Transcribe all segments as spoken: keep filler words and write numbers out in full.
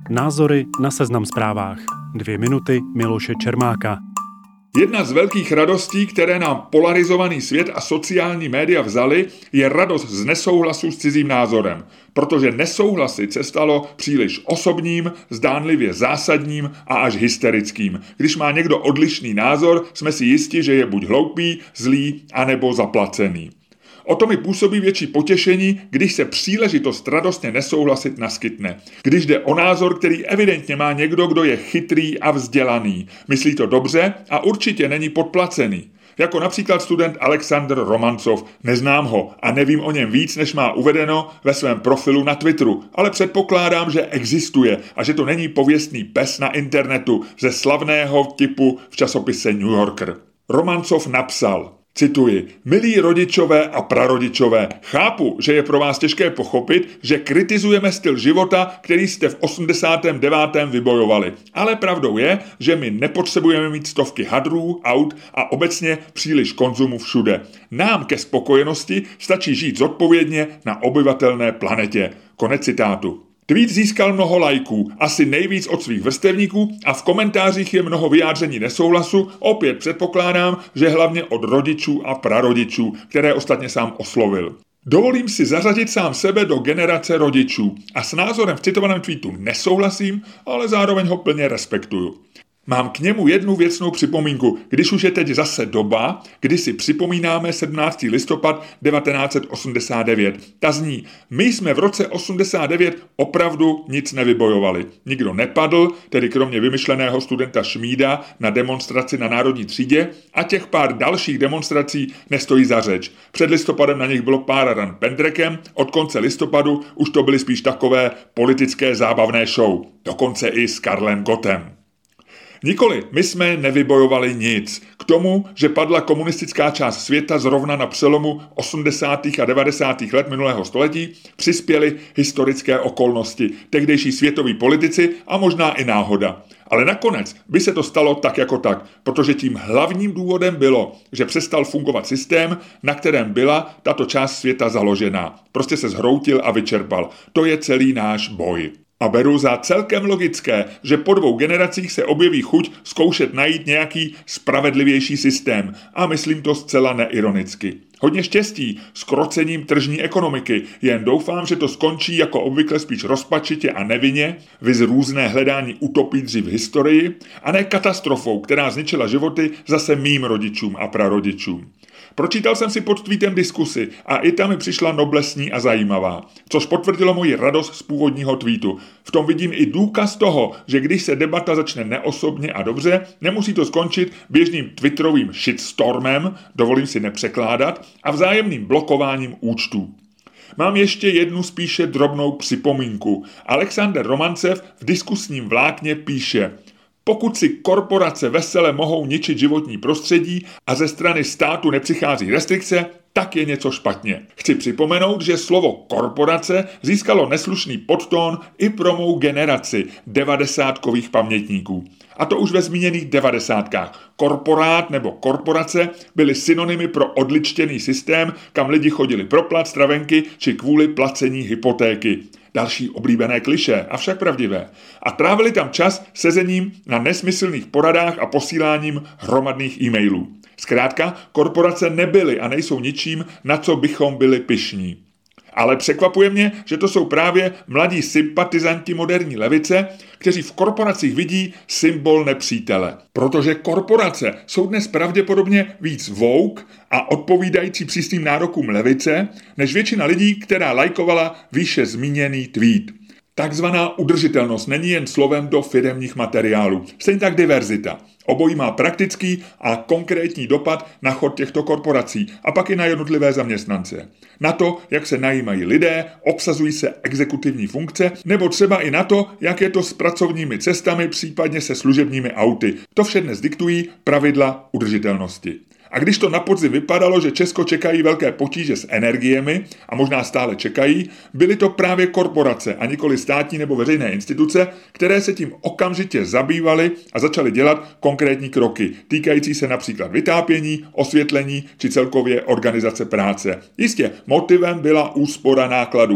Názory na Seznam Zprávách. Dvě minuty Miloše Čermáka. Jedna z velkých radostí, které nám polarizovaný svět a sociální média vzali, je radost z nesouhlasu s cizím názorem. Protože nesouhlasit se stalo příliš osobním, zdánlivě zásadním a až hysterickým. Když má někdo odlišný názor, jsme si jisti, že je buď hloupý, zlý, anebo zaplacený. O to mi působí větší potěšení, když se příležitost radostně nesouhlasit naskytne. Když jde o názor, který evidentně má někdo, kdo je chytrý a vzdělaný. Myslí to dobře a určitě není podplacený. Jako například student Alexandr Romancov. Neznám ho a nevím o něm víc, než má uvedeno ve svém profilu na Twitteru, ale předpokládám, že existuje a že to není pověstný pes na internetu ze slavného typu v časopise New Yorker. Romancov napsal, cituji, milí rodičové a prarodičové, chápu, že je pro vás těžké pochopit, že kritizujeme styl života, který jste v osmdesátém devátém vybojovali. Ale pravdou je, že my nepotřebujeme mít stovky hadrů, aut a obecně příliš konzumu všude. Nám ke spokojenosti stačí žít zodpovědně na obyvatelné planetě. Konec citátu. Tweet získal mnoho lajků, asi nejvíc od svých vrstevníků a v komentářích je mnoho vyjádření nesouhlasu, opět předpokládám, že hlavně od rodičů a prarodičů, které ostatně sám oslovil. Dovolím si zařadit sám sebe do generace rodičů a s názorem v citovaném tweetu nesouhlasím, ale zároveň ho plně respektuju. Mám k němu jednu věcnou připomínku, když už je teď zase doba, kdy si připomínáme sedmnáctého listopad devatenáct set osmdesát devět. Ta zní, my jsme v roce osmdesát devět opravdu nic nevybojovali. Nikdo nepadl, tedy kromě vymyšleného studenta Šmída na demonstraci na Národní třídě a těch pár dalších demonstrací nestojí za řeč. Před listopadem na nich bylo pár ran pendrekem, od konce listopadu už to byly spíš takové politické zábavné show. Dokonce i s Karlem Gottem. Nikoli, my jsme nevybojovali nic. K tomu, že padla komunistická část světa zrovna na přelomu osmdesátých a devadesátých let minulého století, přispěly historické okolnosti, tehdejší světoví politici a možná i náhoda. Ale nakonec by se to stalo tak jako tak, protože tím hlavním důvodem bylo, že přestal fungovat systém, na kterém byla tato část světa založená. Prostě se zhroutil a vyčerpal. To je celý náš boj. A beru za celkem logické, že po dvou generacích se objeví chuť zkoušet najít nějaký spravedlivější systém. A myslím to zcela neironicky. Hodně štěstí s krocením tržní ekonomiky, jen doufám, že to skončí jako obvykle spíš rozpačitě a nevinně, viz různé hledání utopí dřív v historii, a ne katastrofou, která zničila životy zase mým rodičům a prarodičům. Pročítal jsem si pod tweetem diskusi a i ta mi přišla noblesní a zajímavá, což potvrdilo moji radost z původního tweetu. V tom vidím i důkaz toho, že když se debata začne neosobně a dobře, nemusí to skončit běžným twitterovým shitstormem, dovolím si nepřekládat, a vzájemným blokováním účtů. Mám ještě jednu spíše drobnou připomínku. Alexander Romancev v diskusním vlákně píše: pokud si korporace vesele mohou ničit životní prostředí a ze strany státu nepřichází restrikce, tak je něco špatně. Chci připomenout, že slovo korporace získalo neslušný podtón i pro mou generaci devadesátkových pamětníků. A to už ve zmíněných devadesátkách. Korporát nebo korporace byly synonymy pro odličtěný systém, kam lidi chodili pro plat, stravenky či kvůli placení hypotéky. Další oblíbené klišé, avšak pravdivé. A trávili tam čas sezením na nesmyslných poradách a posíláním hromadných e-mailů. Zkrátka, korporace nebyly a nejsou ničím, na co bychom byli pyšní. Ale překvapuje mě, že to jsou právě mladí sympatizanti moderní levice, kteří v korporacích vidí symbol nepřítele. Protože korporace jsou dnes pravděpodobně víc woke a odpovídající přísným nárokům levice, než většina lidí, která lajkovala výše zmíněný tweet. Takzvaná udržitelnost není jen slovem do firemních materiálů, stejně tak diverzita. Obojí má praktický a konkrétní dopad na chod těchto korporací a pak i na jednotlivé zaměstnance. Na to, jak se najímají lidé, obsazují se exekutivní funkce, nebo třeba i na to, jak je to s pracovními cestami, případně se služebními auty. To vše dnes diktují pravidla udržitelnosti. A když to na podzim vypadalo, že Česko čekají velké potíže s energiemi, a možná stále čekají, byly to právě korporace a nikoli státní nebo veřejné instituce, které se tím okamžitě zabývaly a začaly dělat konkrétní kroky, týkající se například vytápění, osvětlení či celkově organizace práce. Jistě, motivem byla úspora nákladů,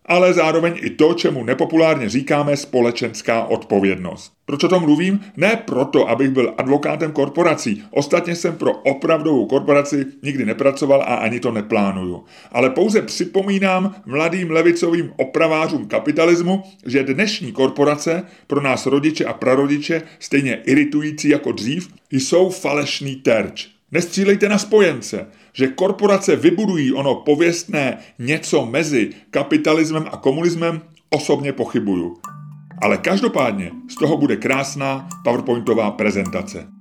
ale zároveň i to, čemu nepopulárně říkáme společenská odpovědnost. Proč o tom mluvím? Ne proto, abych byl advokátem korporací. Ostatně jsem pro opravdovou korporaci nikdy nepracoval a ani to neplánuju. Ale pouze připomínám mladým levicovým opravářům kapitalismu, že dnešní korporace, pro nás rodiče a prarodiče, stejně iritující jako dřív, jsou falešný terč. Nestřílejte na spojence, že korporace vybudují ono pověstné něco mezi kapitalismem a komunismem, osobně pochybuju. Ale každopádně z toho bude krásná PowerPointová prezentace.